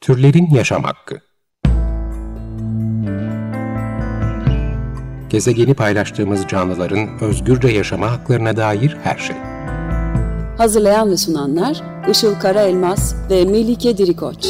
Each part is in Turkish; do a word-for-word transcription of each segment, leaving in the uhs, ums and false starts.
Türlerin yaşam hakkı. Gezegeni paylaştığımız canlıların özgürce yaşama haklarına dair her şey. Hazırlayan ve sunanlar Işıl Karaelmaz ve Melike Dirikoç.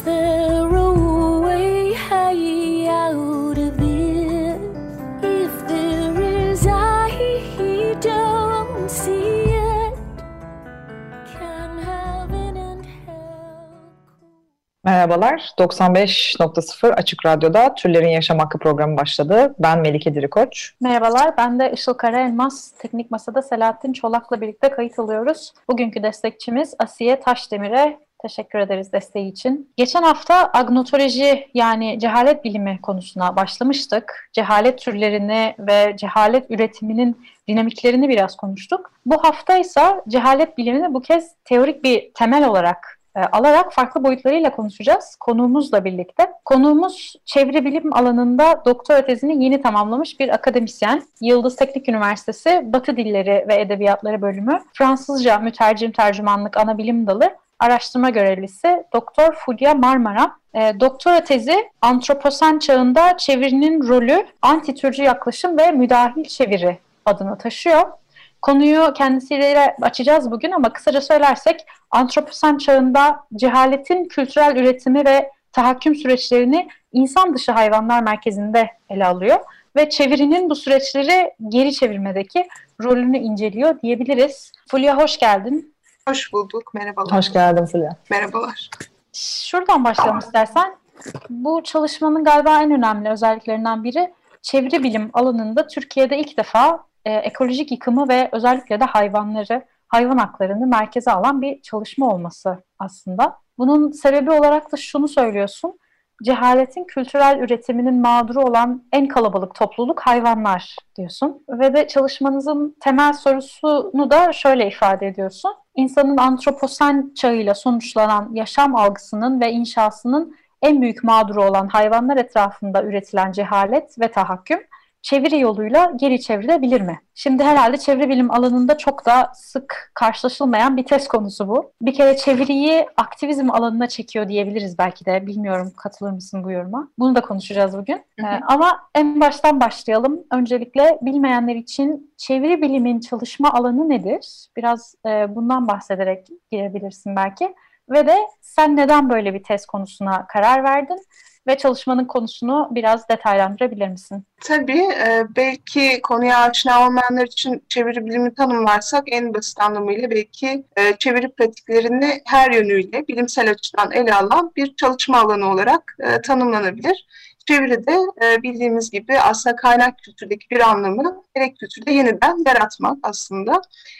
Merhabalar, doksan beş nokta sıfır Açık Radyo'da Türlerin Yaşam Hakkı programı başladı. Ben Melike Dirikoç. Merhabalar, ben de Işıl Karaelmaz. Teknik Masa'da Selahattin Çolak'la birlikte kayıt alıyoruz. Bugünkü destekçimiz Asiye Taşdemir'e teşekkür ederiz desteği için. Geçen hafta agnotoloji yani cehalet bilimi konusuna başlamıştık. Cehalet türlerini ve cehalet üretiminin dinamiklerini biraz konuştuk. Bu hafta ise cehalet bilimini bu kez teorik bir temel olarak alarak farklı boyutlarıyla konuşacağız konuğumuzla birlikte. Konuğumuz çevre bilim alanında doktora tezini yeni tamamlamış bir akademisyen. Yıldız Teknik Üniversitesi Batı Dilleri ve Edebiyatları Bölümü Fransızca Mütercim Tercümanlık Anabilim Dalı araştırma görevlisi Doktor Fulya Marmara. E, doktora tezi Antroposen çağında çevirinin rolü, antitürcü yaklaşım ve müdahil çeviri adını taşıyor. Konuyu kendisiyle açacağız bugün ama kısaca söylersek Antroposen çağında cehaletin kültürel üretimi ve tahakküm süreçlerini insan dışı hayvanlar merkezinde ele alıyor ve çevirinin bu süreçleri geri çevirmedeki rolünü inceliyor diyebiliriz. Fulya hoş geldin. Hoş bulduk, merhabalar. Hoş geldin Fulya. Merhabalar. Şuradan başlayalım istersen. Bu çalışmanın galiba en önemli özelliklerinden biri çevre bilim alanında Türkiye'de ilk defa e, ekolojik yıkımı ve özellikle de hayvanları, hayvan haklarını merkeze alan bir çalışma olması aslında. Bunun sebebi olarak da şunu söylüyorsun, cehaletin kültürel üretiminin mağduru olan en kalabalık topluluk hayvanlar diyorsun. Ve de çalışmanızın temel sorusunu da şöyle ifade ediyorsun. İnsanın antroposen çağıyla sonuçlanan yaşam algısının ve inşasının en büyük mağduru olan hayvanlar etrafında üretilen cehalet ve tahakküm çeviri yoluyla geri çevrilebilir mi? Şimdi herhalde çevre bilim alanında çok da sık karşılaşılmayan bir test konusu bu. Bir kere çeviriyi aktivizm alanına çekiyor diyebiliriz belki de. Bilmiyorum, katılır mısın bu yoruma? Bunu da konuşacağız bugün. Hı hı. Ee, ama en baştan başlayalım. Öncelikle bilmeyenler için çeviri bilimin çalışma alanı nedir? Biraz e, bundan bahsederek girebilirsin belki. Ve de sen neden böyle bir test konusuna karar verdin? Ve çalışmanın konusunu biraz detaylandırabilir misin? Tabii, e, belki konuya aşina olmayanlar için çeviri bilimi tanımlarsak en basit anlamıyla belki e, çeviri pratiklerini her yönüyle bilimsel açıdan ele alan bir çalışma alanı olarak e, tanımlanabilir. Çeviride e, bildiğimiz gibi aslında kaynak kültürdeki bir anlamı gerek kültürde yeniden yaratmak aslında.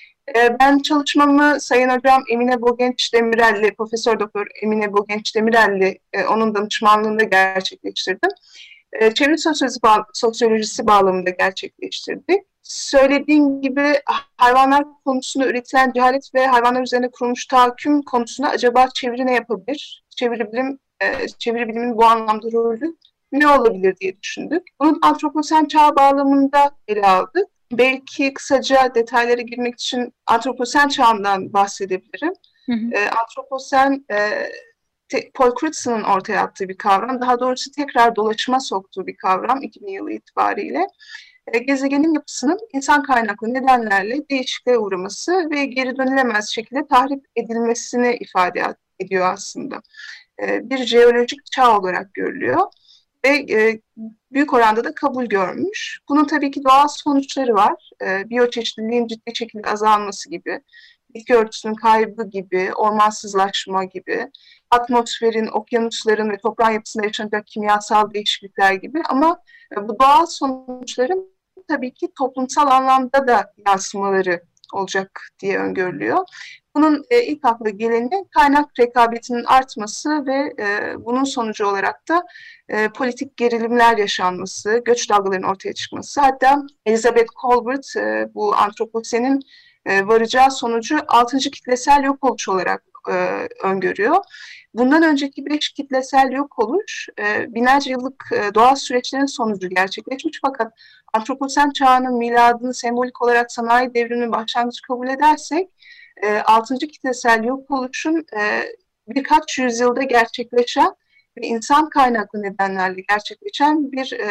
Ben çalışmamı Sayın Hocam Emine Bogenç Demirel'le, Profesör Doktor Emine Bogenç Demirel'le onun danışmanlığında gerçekleştirdim. Çevre sosyolojisi, bağ, sosyolojisi bağlamında gerçekleştirdik. Söylediğim gibi hayvanlar konusunda üretilen cehalet ve hayvanlar üzerine kurulmuş tahakküm konusunda acaba çeviri ne yapabilir? Çeviri bilim, çeviri bilimin bu anlamda rolü ne olabilir diye düşündük. Bunun antroposen çağ bağlamında ele aldık. Belki kısaca detaylara girmek için antroposen çağından bahsedebilirim. Hı hı. E, antroposen, e, te, Paul Crutz'ın ortaya attığı bir kavram. Daha doğrusu tekrar dolaşıma soktuğu bir kavram iki bin yılı itibariyle. E, gezegenin yapısının insan kaynaklı nedenlerle değişikliğe uğraması ve geri dönülemez şekilde tahrip edilmesini ifade ediyor aslında. E, bir jeolojik çağ olarak görülüyor. Ve e, büyük oranda da kabul görmüş. Bunun tabii ki doğal sonuçları var. E, biyoçeşitliliğin ciddi şekilde azalması gibi, bitki örtüsünün kaybı gibi, ormansızlaşma gibi, atmosferin, okyanusların ve toprağın yapısında yaşanacak kimyasal değişiklikler gibi. Ama e, bu doğal sonuçların tabii ki toplumsal anlamda da yansımaları olacak diye öngörülüyor. Bunun e, ilk akla geleni kaynak rekabetinin artması ve e, bunun sonucu olarak da e, politik gerilimler yaşanması, göç dalgalarının ortaya çıkması. Hatta Elizabeth Kolbert e, bu antroposenin e, varacağı sonucu altıncı kitlesel yok oluş olarak e, öngörüyor. Bundan önceki beş kitlesel yok oluş e, binlerce yıllık e, doğal süreçlerin sonucu gerçekleşmiş fakat antroposen çağının miladını sembolik olarak sanayi devriminin başlangıcı kabul edersek e, altıncı kitlesel yok oluşun e, birkaç yüzyılda gerçekleşen ve insan kaynaklı nedenlerle gerçekleşen bir e,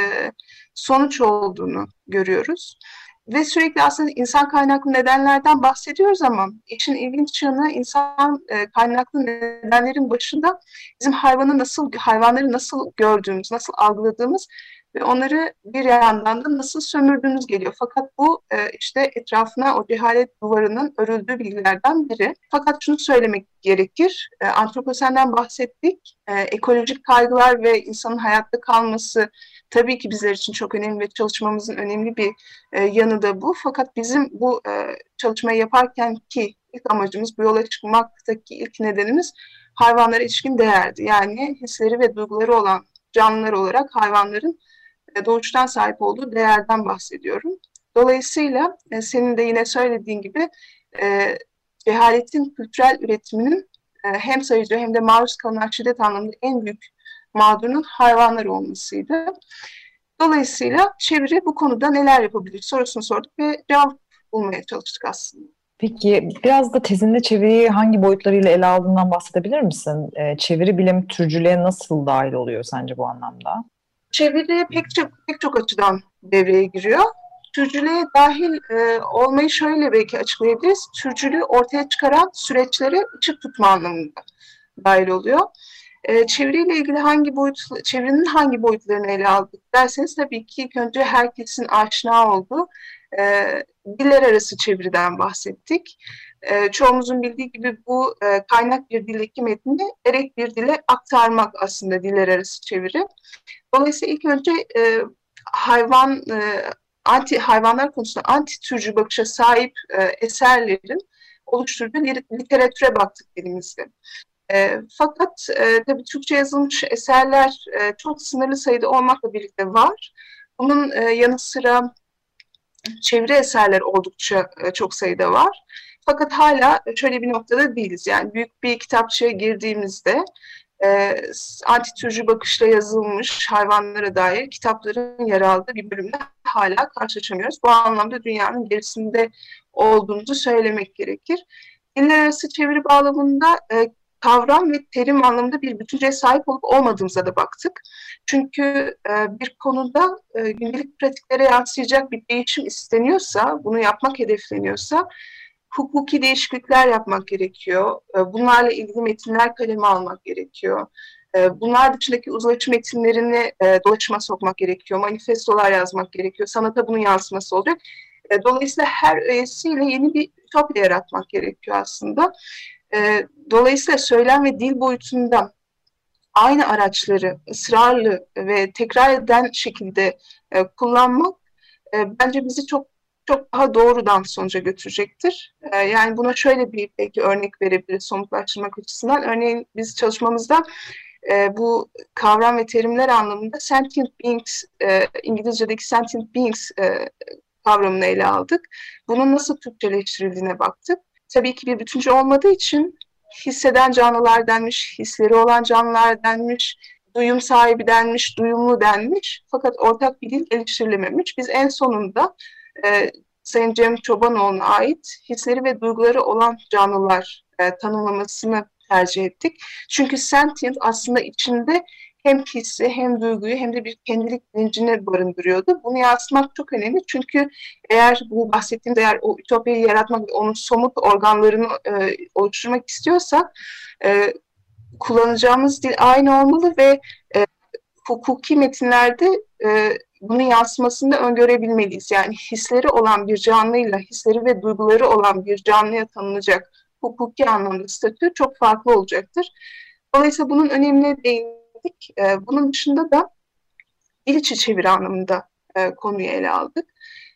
sonuç olduğunu görüyoruz. Ve sürekli aslında insan kaynaklı nedenlerden bahsediyoruz ama işin ilginç yanı insan e, kaynaklı nedenlerin başında bizim hayvanı nasıl, hayvanları nasıl gördüğümüz, nasıl algıladığımız ve onları bir yandan da nasıl sömürdüğümüz geliyor. Fakat bu e, işte etrafına o cehalet duvarının örüldüğü bilgilerden biri. Fakat şunu söylemek gerekir, e, antroposenden bahsettik, e, ekolojik kaygılar ve insanın hayatta kalması tabii ki bizler için çok önemli ve çalışmamızın önemli bir e, yanı da bu. Fakat bizim bu e, çalışmayı yaparken ki ilk amacımız, bu yola çıkmaktaki ilk nedenimiz hayvanlara ilişkin değerdi. Yani hisleri ve duyguları olan canlılar olarak hayvanların e, doğuştan sahip olduğu değerden bahsediyorum. Dolayısıyla e, senin de yine söylediğin gibi e, cehaletin kültürel üretiminin e, hem sayıcı hem de maruz kalınan şiddet anlamında en büyük mağdurunun hayvanlar olmasıydı. Dolayısıyla çeviri bu konuda neler yapabilir sorusunu sorduk ve cevap bulmaya çalıştık aslında. Peki biraz da tezinde çeviriyi hangi boyutlarıyla ele aldığından bahsedebilir misin? Ee, çeviri bilim türcülüğe nasıl dahil oluyor sence bu anlamda? Çeviri pek çok, pek çok açıdan devreye giriyor. Türcülüğe dahil e, olmayı şöyle belki açıklayabiliriz. Türcülüğü ortaya çıkaran süreçlere ışık tutma anlamında dahil oluyor. E, çeviriyle ilgili hangi boyut, çevirinin hangi boyutlarını ele aldık derseniz tabii ki ilk önce herkesin aşina olduğu e, diller arası çeviriden bahsettik. E, çoğumuzun bildiği gibi bu e, kaynak bir dildeki metni erek bir dile aktarmak aslında diller arası çeviri. Dolayısıyla ilk önce e, hayvan e, anti hayvanlar konusunda anti türcü bakışa sahip e, eserlerin oluşturduğu literatüre baktık elimizde. E, fakat e, tabii Türkçe yazılmış eserler e, çok sınırlı sayıda olmakla birlikte var. Bunun e, yanı sıra çeviri eserler oldukça e, çok sayıda var. Fakat hala şöyle bir noktada değiliz. Yani büyük bir kitapçıya girdiğimizde e, anti-türcü bakışla yazılmış hayvanlara dair kitapların yer aldığı bir bölümde hala karşılaşamıyoruz. Bu anlamda dünyanın gerisinde olduğumuzu söylemek gerekir. Diller arası çeviri bağlamında e, kavram ve terim anlamında bir bütünceye sahip olup olmadığımıza da baktık. Çünkü e, bir konuda e, gündelik pratiklere yansıyacak bir değişim isteniyorsa, bunu yapmak hedefleniyorsa hukuki değişiklikler yapmak gerekiyor. E, bunlarla ilgili metinler kaleme almak gerekiyor. E, bunlar dışındaki uzlaşı metinlerini e, dolaşıma sokmak gerekiyor. Manifestolar yazmak gerekiyor. Sanata bunun yansıması olacak. E, dolayısıyla her öğesiyle yeni bir ütopya yaratmak gerekiyor aslında. E, dolayısıyla söylem ve dil boyutunda aynı araçları ısrarlı ve tekrar eden şekilde e, kullanmak e, bence bizi çok çok daha doğrudan sonuca götürecektir. E, yani buna şöyle bir belki örnek verebiliriz somutlaştırmak açısından. Örneğin biz çalışmamızda e, bu kavram ve terimler anlamında sentient beings, e, İngilizce'deki sentient beings e, kavramını ele aldık. Bunun nasıl Türkçeleştirildiğine baktık. Tabii ki bir bütüncül olmadığı için hisseden canlılar denmiş, hisleri olan canlılar denmiş, duyum sahibi denmiş, duyumlu denmiş. Fakat ortak bir dil geliştirilememiş. Biz en sonunda e, Sayın Cem Çobanoğlu'na ait hisleri ve duyguları olan canlılar e, tanımlamasını tercih ettik. Çünkü sentient aslında içinde hem hissi hem duyguyu hem de bir kendilik bilincini barındırıyordu. Bunu yansıtmak çok önemli çünkü eğer bu bahsettiğimiz eğer o ütopyayı yaratmak, onun somut organlarını e, oluşturmak istiyorsak e, kullanacağımız dil aynı olmalı ve e, hukuki metinlerde e, bunun yansımasını da öngörebilmeliyiz. Yani hisleri olan bir canlıyla hisleri ve duyguları olan bir canlıya tanınacak hukuki anlamda statü çok farklı olacaktır. Dolayısıyla bunun önemine değindik. Bunun dışında da dil içi çeviri anlamında konuyu ele aldık.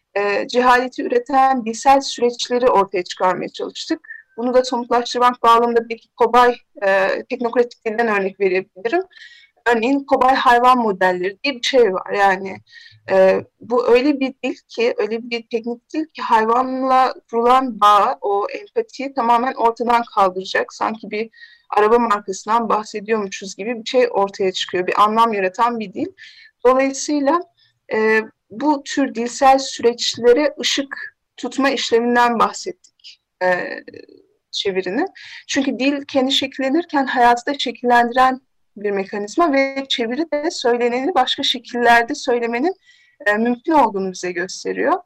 Cehaleti üreten dilsel süreçleri ortaya çıkarmaya çalıştık. Bunu da somutlaştırmak bağlamında belki kobay teknokratik dilden örnek verebilirim. Örneğin kobay hayvan modelleri diye bir şey var. Yani e, bu öyle bir dil ki, öyle bir teknik dil ki hayvanla kurulan bağ, o empatiyi tamamen ortadan kaldıracak. Sanki bir araba markasından bahsediyormuşuz gibi bir şey ortaya çıkıyor. Bir anlam yaratan bir dil. Dolayısıyla e, bu tür dilsel süreçlere ışık tutma işleminden bahsettik e, çevirinin. Çünkü dil kendi şekillenirken hayatı da şekillendiren bir mekanizma ve çeviri de söyleneni başka şekillerde söylemenin e, mümkün olduğunu bize gösteriyor.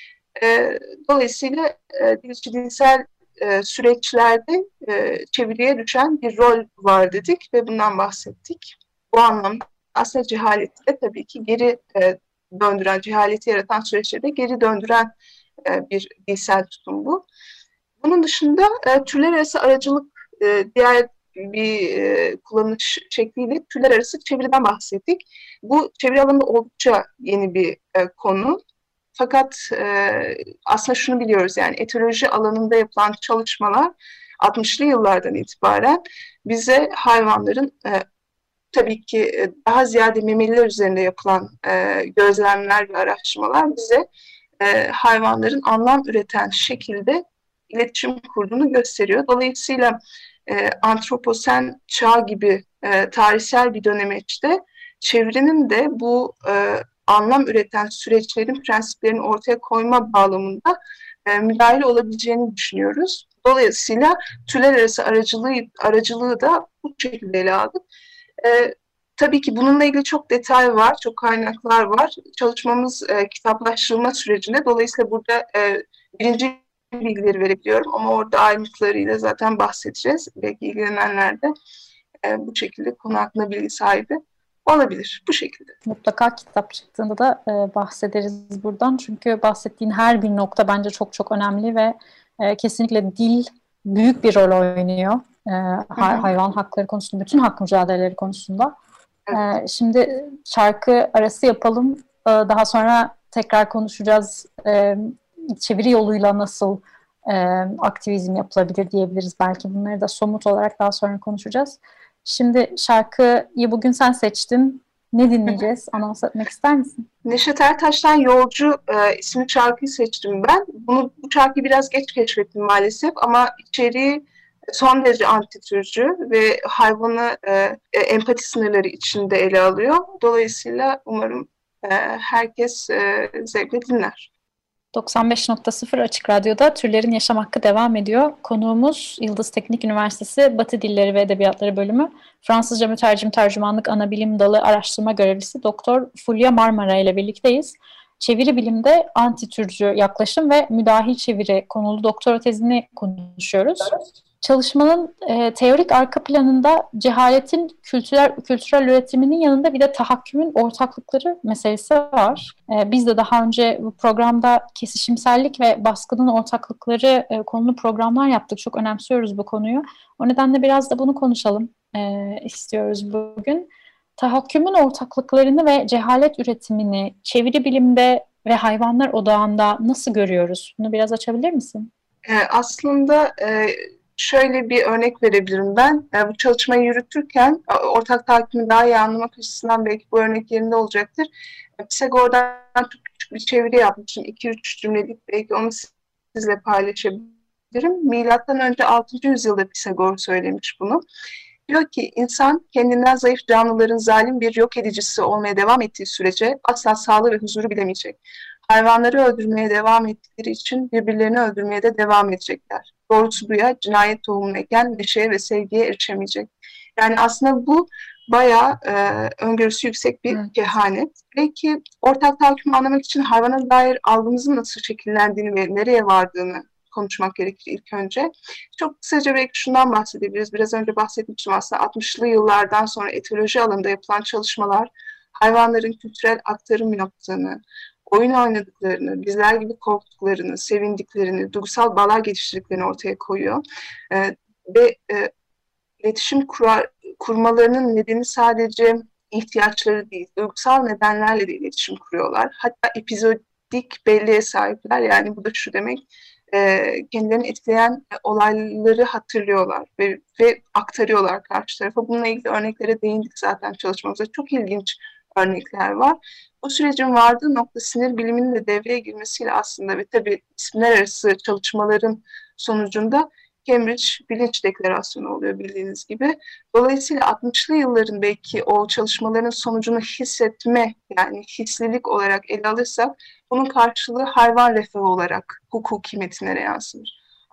E, dolayısıyla e, dilcinsel e, süreçlerde e, çeviriye düşen bir rol var dedik ve bundan bahsettik. Bu anlamda aslında cehaleti de tabii ki geri e, döndüren, cehaleti yaratan süreçleri de geri döndüren e, bir dilsel tutum bu. Bunun dışında e, türler arası aracılık e, diğer bir e, kullanış şekliyle türler arası çeviriden bahsettik. Bu çeviri alanında oldukça yeni bir e, konu. Fakat e, aslında şunu biliyoruz, yani etoloji alanında yapılan çalışmalar altmışlı yıllardan itibaren bize hayvanların e, tabii ki daha ziyade memeliler üzerinde yapılan e, gözlemler ve araştırmalar bize e, hayvanların anlam üreten şekilde iletişim kurduğunu gösteriyor. Dolayısıyla e, antroposen çağ gibi e, tarihsel bir dönemeçte çevirinin de bu e, anlam üreten süreçlerin prensiplerini ortaya koyma bağlamında e, müdahil olabileceğini düşünüyoruz. Dolayısıyla türler arası aracılığı, aracılığı da bu şekilde ele aldık. E, tabii ki bununla ilgili çok detay var, çok kaynaklar var. Çalışmamız e, kitaplaştırılma sürecinde. Dolayısıyla burada e, birinci bilgileri verebiliyorum ama orada ayrıntılarıyla zaten bahsedeceğiz. Belki ilgilenenler de e, bu şekilde konu hakkında bilgi sahibi olabilir. Bu şekilde. Mutlaka kitap çıktığında da e, bahsederiz buradan. Çünkü bahsettiğin her bir nokta bence çok çok önemli ve e, kesinlikle dil büyük bir rol oynuyor. E, hay- hayvan hakları konusunda, bütün hak mücadeleleri konusunda. Evet. E, şimdi şarkı arası yapalım. E, daha sonra tekrar konuşacağız. E, çeviri yoluyla nasıl e, aktivizm yapılabilir diyebiliriz. Belki bunları da somut olarak daha sonra konuşacağız. Şimdi şarkıyı bugün sen seçtin. Ne dinleyeceğiz? Anons etmek ister misin? Neşet Ertaş'tan Yolcu e, isimli şarkıyı seçtim ben. Bunu, bu şarkıyı biraz geç keşfettim maalesef ama içeriği son derece antitürcü ve hayvanı e, empati sınırları içinde ele alıyor. Dolayısıyla umarım e, herkes e, zevkle dinler. doksan beş nokta sıfır Açık Radyo'da Türlerin Yaşam Hakkı devam ediyor. Konuğumuz Yıldız Teknik Üniversitesi Batı Dilleri ve Edebiyatları Bölümü Fransızca Mütercim Tercümanlık Anabilim Dalı Araştırma Görevlisi Doktor Fulya Marmara ile birlikteyiz. Çeviri bilimde antitürcü yaklaşım ve müdahil çeviri konulu doktora tezini konuşuyoruz. Çalışmanın e, teorik arka planında cehaletin kültürel, kültürel üretiminin yanında bir de tahakkümün ortaklıkları meselesi var. E, biz de daha önce bu programda kesişimsellik ve baskının ortaklıkları e, konulu programlar yaptık. Çok önemsiyoruz bu konuyu. O nedenle biraz da bunu konuşalım e, istiyoruz bugün. Tahakkümün ortaklıklarını ve cehalet üretimini çeviri bilimde ve hayvanlar odağında nasıl görüyoruz? Bunu biraz açabilir misin? E, aslında... E... Şöyle bir örnek verebilirim ben. Bu çalışmayı yürütürken ortak tahakkümü daha iyi anlamak açısından belki bu örnek yerinde olacaktır. Pisagor'dan çok küçük bir çeviri yapmışım. iki üç cümlelik, belki onu sizle paylaşabilirim. Milattan önce altıncı yüzyılda Pisagor söylemiş bunu. Diyor ki insan kendinden zayıf canlıların zalim bir yok edicisi olmaya devam ettiği sürece asla sağlığı ve huzuru bilemeyecek. Hayvanları öldürmeye devam ettikleri için birbirlerini öldürmeye de devam edecekler. Doğrusu duya cinayet tohumunu eken neşeye ve sevgiye erişemeyecek. Yani aslında bu bayağı e, öngörüsü yüksek bir evet. kehanet. Belki ortak tahakkümü anlamak için hayvana dair algımızın nasıl şekillendiğini ve nereye vardığını konuşmak gerekir ilk önce. Çok kısaca belki şundan bahsedebiliriz. Biraz önce bahsetmiştim aslında altmışlı yıllardan sonra etoloji alanında yapılan çalışmalar hayvanların kültürel aktarım yaptığını, oyun oynadıklarını, bizler gibi korktuklarını, sevindiklerini, duygusal bağlar geliştirdiklerini ortaya koyuyor. Ee, ve e, iletişim kurar, kurmalarının nedeni sadece ihtiyaçları değil, duygusal nedenlerle de iletişim kuruyorlar. Hatta epizodik belleğe sahipler. Yani bu da şu demek, e, kendilerini etkileyen olayları hatırlıyorlar ve, ve aktarıyorlar karşı tarafa. Bununla ilgili örneklere değindik zaten çalışmamızda. Çok ilginç örnekler var. Bu sürecin vardığı nokta sinir biliminin de devreye girmesiyle aslında ve tabii isimler arası çalışmaların sonucunda Cambridge Bilinç Deklarasyonu oluyor bildiğiniz gibi. Dolayısıyla altmışlı yılların belki o çalışmaların sonucunu hissetme, yani hislilik olarak ele alırsak bunun karşılığı hayvan refahı olarak hukuki metinlere yansımış.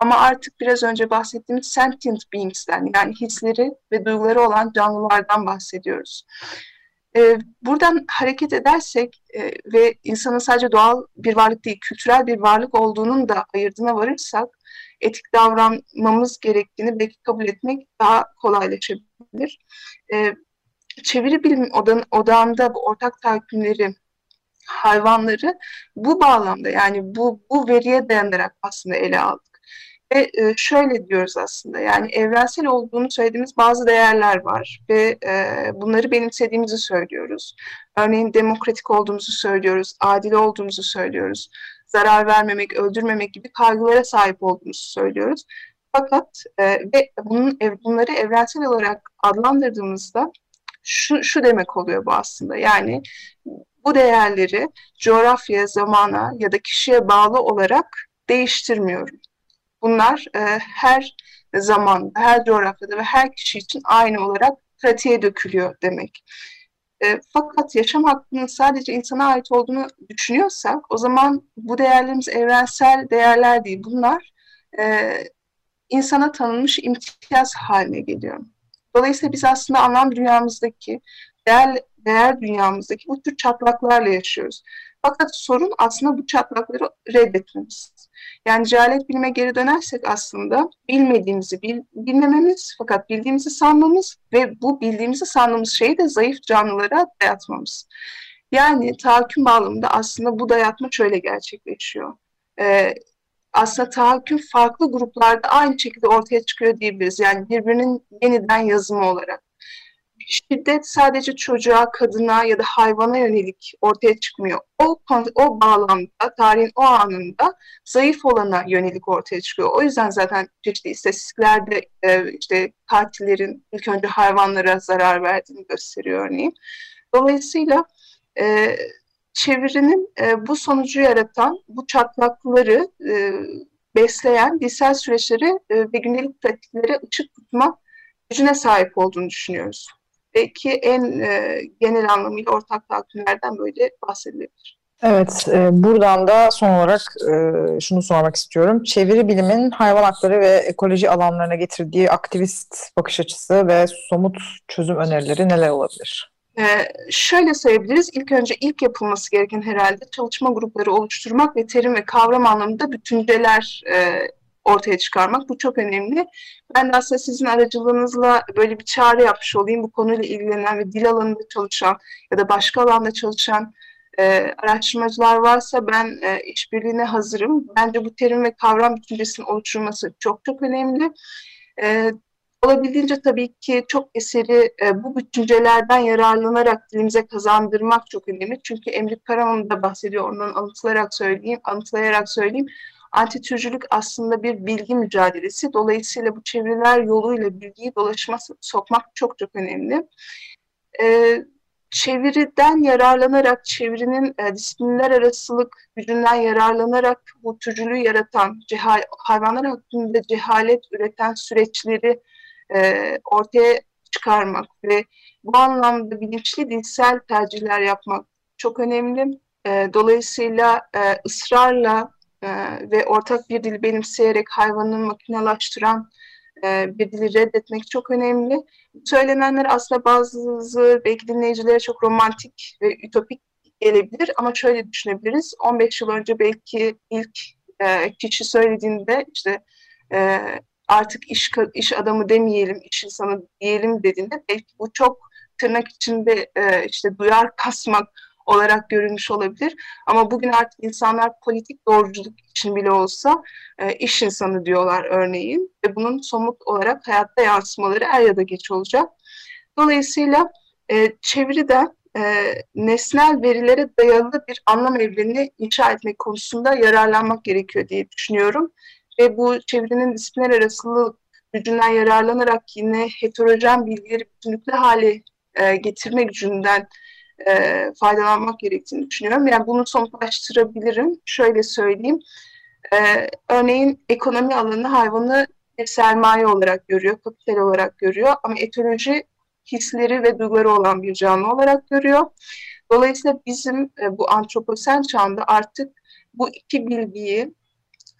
Ama artık biraz önce bahsettiğimiz sentient beings'ten, yani hisleri ve duyguları olan canlılardan bahsediyoruz. Ee, buradan hareket edersek e, ve insanın sadece doğal bir varlık değil, kültürel bir varlık olduğunun da ayırdına varırsak, etik davranmamız gerektiğini belki kabul etmek daha kolaylaşabilir. Ee, çeviri bilim odan, odağında bu ortak tahakkümleri, hayvanları bu bağlamda, yani bu, bu veriye dayanarak aslında ele aldık. Ve e, şöyle diyoruz aslında, yani evrensel olduğunu söylediğimiz bazı değerler var ve e, bunları benimsediğimizi söylüyoruz. Örneğin demokratik olduğumuzu söylüyoruz, adil olduğumuzu söylüyoruz, zarar vermemek, öldürmemek gibi kaygılara sahip olduğumuzu söylüyoruz. Fakat e, ve bunun, bunları evrensel olarak adlandırdığımızda şu, şu demek oluyor bu aslında, yani bu değerleri coğrafyaya, zamana ya da kişiye bağlı olarak değiştirmiyorum. Bunlar e, her zamanda, her coğrafyada ve her kişi için aynı olarak pratiğe dökülüyor demek. E, fakat yaşam hakkının sadece insana ait olduğunu düşünüyorsak, o zaman bu değerlerimiz evrensel değerler değil. Bunlar e, insana tanınmış imtiyaz haline geliyor. Dolayısıyla biz aslında anlam dünyamızdaki, değer, değer dünyamızdaki bu tür çatlaklarla yaşıyoruz. Fakat sorun aslında bu çatlakları reddetmemiz. Yani cehalet bilime geri dönersek aslında bilmediğimizi bil, bilmememiz, fakat bildiğimizi sanmamız ve bu bildiğimizi sandığımız şeyi de zayıf canlılara dayatmamız. Yani tahakküm bağlamında aslında bu dayatma şöyle gerçekleşiyor. Ee, aslında tahakküm farklı gruplarda aynı şekilde ortaya çıkıyor diyebiliriz. Yani birbirinin yeniden yazımı olarak. Şiddet sadece çocuğa, kadına ya da hayvana yönelik ortaya çıkmıyor. O, o bağlamda, tarihin o anında zayıf olana yönelik ortaya çıkıyor. O yüzden zaten çeşitli istatistiklerde e, işte katillerin ilk önce hayvanlara zarar verdiğini gösteriyor örneğin. Dolayısıyla e, çevirinin e, bu sonucu yaratan, bu çatlakları e, besleyen dilsel süreçleri e, ve gündelik pratiklere ışık tutma gücüne sahip olduğunu düşünüyoruz. Belki en e, genel anlamıyla ortak tahakkümlerden böyle bahsedilebilir. Evet, e, buradan da son olarak e, şunu sormak istiyorum. Çeviri bilimin hayvan hakları ve ekoloji alanlarına getirdiği aktivist bakış açısı ve somut çözüm önerileri neler olabilir? Ee, şöyle sayabiliriz. İlk önce ilk yapılması gereken herhalde çalışma grupları oluşturmak ve terim ve kavram anlamında bütünceler e, ortaya çıkarmak. Bu çok önemli. Ben de aslında sizin aracılığınızla böyle bir çağrı yapmış olayım. Bu konuyla ilgilenen ve dil alanında çalışan ya da başka alanda çalışan e, araştırmacılar varsa ben e, işbirliğine hazırım. Bence bu terim ve kavram bütüncesinin oluşturulması çok çok önemli. E, olabildiğince tabii ki çok eseri e, bu bütüncelerden yararlanarak dilimize kazandırmak çok önemli. Çünkü Emre Karaman da bahsediyor, ondan anlatılarak söyleyeyim, anlatılayarak söyleyeyim. Antitürcülük aslında bir bilgi mücadelesi. Dolayısıyla bu çeviriler yoluyla bilgiyi dolaşıma sokmak çok çok önemli. Ee, çeviriden yararlanarak, çevirinin e, disiplinler arasılık gücünden yararlanarak bu türcülüğü yaratan, cehal, hayvanlar hakkında cehalet üreten süreçleri e, ortaya çıkarmak ve bu anlamda bilinçli dilsel tercihler yapmak çok önemli. E, dolayısıyla e, ısrarla ve ortak bir dil benimseyerek hayvanı makinalaştıran bir dili reddetmek çok önemli. Söylenenler aslında bazı belki dinleyicilere çok romantik ve ütopik gelebilir ama şöyle düşünebiliriz. on beş yıl önce belki ilk kişi söylediğinde işte artık iş, iş adamı demeyelim, iş insanı diyelim dediğinde belki bu çok tırnak içinde işte duyar kasmak olarak görülmüş olabilir. Ama bugün artık insanlar politik doğruculuk için bile olsa e, iş insanı diyorlar örneğin. Ve bunun somut olarak hayatta yansımaları er ya da geç olacak. Dolayısıyla e, çeviriden e, nesnel verilere dayalı bir anlam evrenini inşa etmek konusunda yararlanmak gerekiyor diye düşünüyorum. Ve bu çevirinin disiplinler arasılık gücünden yararlanarak yine heterojen bilgileri bütünlüklü hale e, getirme gücünden E, faydalanmak gerektiğini düşünüyorum. Yani bunu somutlaştırabilirim. Şöyle söyleyeyim. E, örneğin ekonomi alanı hayvanı bir sermaye olarak görüyor, kapital olarak görüyor. Ama etoloji hisleri ve duyguları olan bir canlı olarak görüyor. Dolayısıyla bizim e, bu antroposen çağında artık bu iki bilgiyi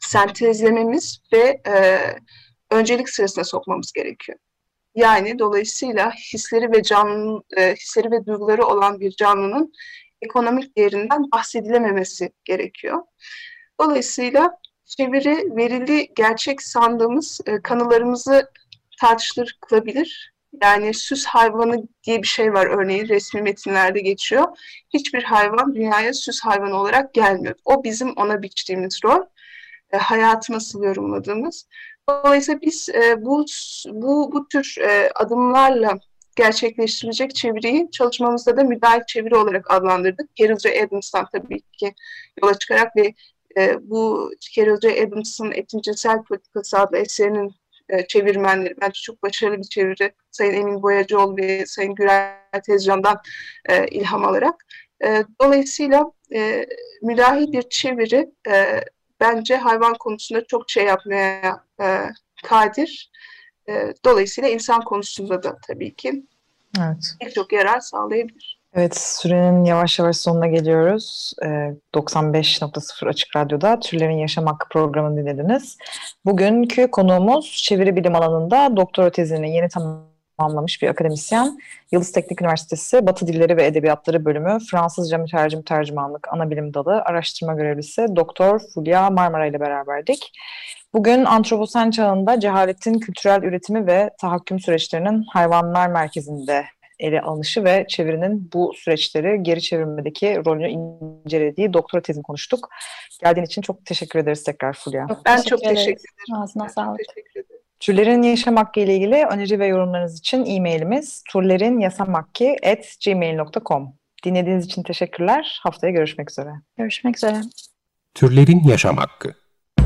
sentezlememiz ve e, öncelik sırasına sokmamız gerekiyor. Yani dolayısıyla hisleri ve canlı, e, hisleri ve duyguları olan bir canlının ekonomik değerinden bahsedilememesi gerekiyor. Dolayısıyla çeviri verili gerçek sandığımız e, kanılarımızı tartışılır kılabilir. Yani süs hayvanı diye bir şey var, örneğin resmi metinlerde geçiyor. Hiçbir hayvan dünyaya süs hayvanı olarak gelmiyor. O bizim ona biçtiğimiz rol, e, hayatı nasıl yorumladığımız. Dolayısıyla biz e, bu bu bu tür e, adımlarla gerçekleştirilecek çeviriyi çalışmamızda da müdahil çeviri olarak adlandırdık. Carol J. Adams'tan tabii ki yola çıkarak ve e, bu Carol J. Adams'ın Etin Cinsel Politikası adlı eserinin e, çevirmenleri, bence çok başarılı bir çeviri, Sayın Emin Boyacıoğlu ve Sayın Gürel Tezcan'dan e, ilham alarak. E, dolayısıyla e, müdahil bir çeviri e, bence hayvan konusunda çok şey yapmaya e, kadir. E, dolayısıyla insan konusunda da tabii ki Evet. birçok yarar sağlayabilir. Evet, sürenin yavaş yavaş sonuna geliyoruz. E, doksan beş nokta sıfır Açık Radyo'da Türlerin Yaşam Hakkı programını dinlediniz. Bugünkü konuğumuz çeviri bilim alanında doktora tezini yeni tamamlamış bir akademisyen. Yıldız Teknik Üniversitesi Batı Dilleri ve Edebiyatları Bölümü Fransızca Mütercim Tercümanlık Anabilim Dalı Araştırma Görevlisi Doktor Fulya Marmara ile beraberdik. Bugün antroposen çağında cehaletin kültürel üretimi ve tahakküm süreçlerinin hayvanlar merkezinde ele alınışı ve çevirinin bu süreçleri geri çevirmedeki rolünü incelediği doktora tezini konuştuk. Geldiğin için çok teşekkür ederiz tekrar Fulya. Çok Ben teşekkür çok teşekkür ederiz. ederim. Ağzına sağlık. Teşekkür ederim. Türlerin Yaşam Hakkı ile ilgili öneri ve yorumlarınız için e-mailimiz turlerinyasamhakkı at gmail nokta com. Dinlediğiniz için teşekkürler. Haftaya görüşmek üzere. Görüşmek üzere. Türlerin Yaşam Hakkı.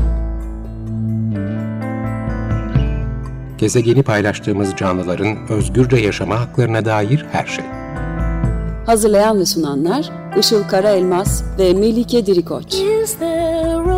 Gezegeni paylaştığımız canlıların özgürce yaşama haklarına dair her şey. Hazırlayan ve sunanlar Işıl Karaelmaz ve Melike Dirikoç. Is there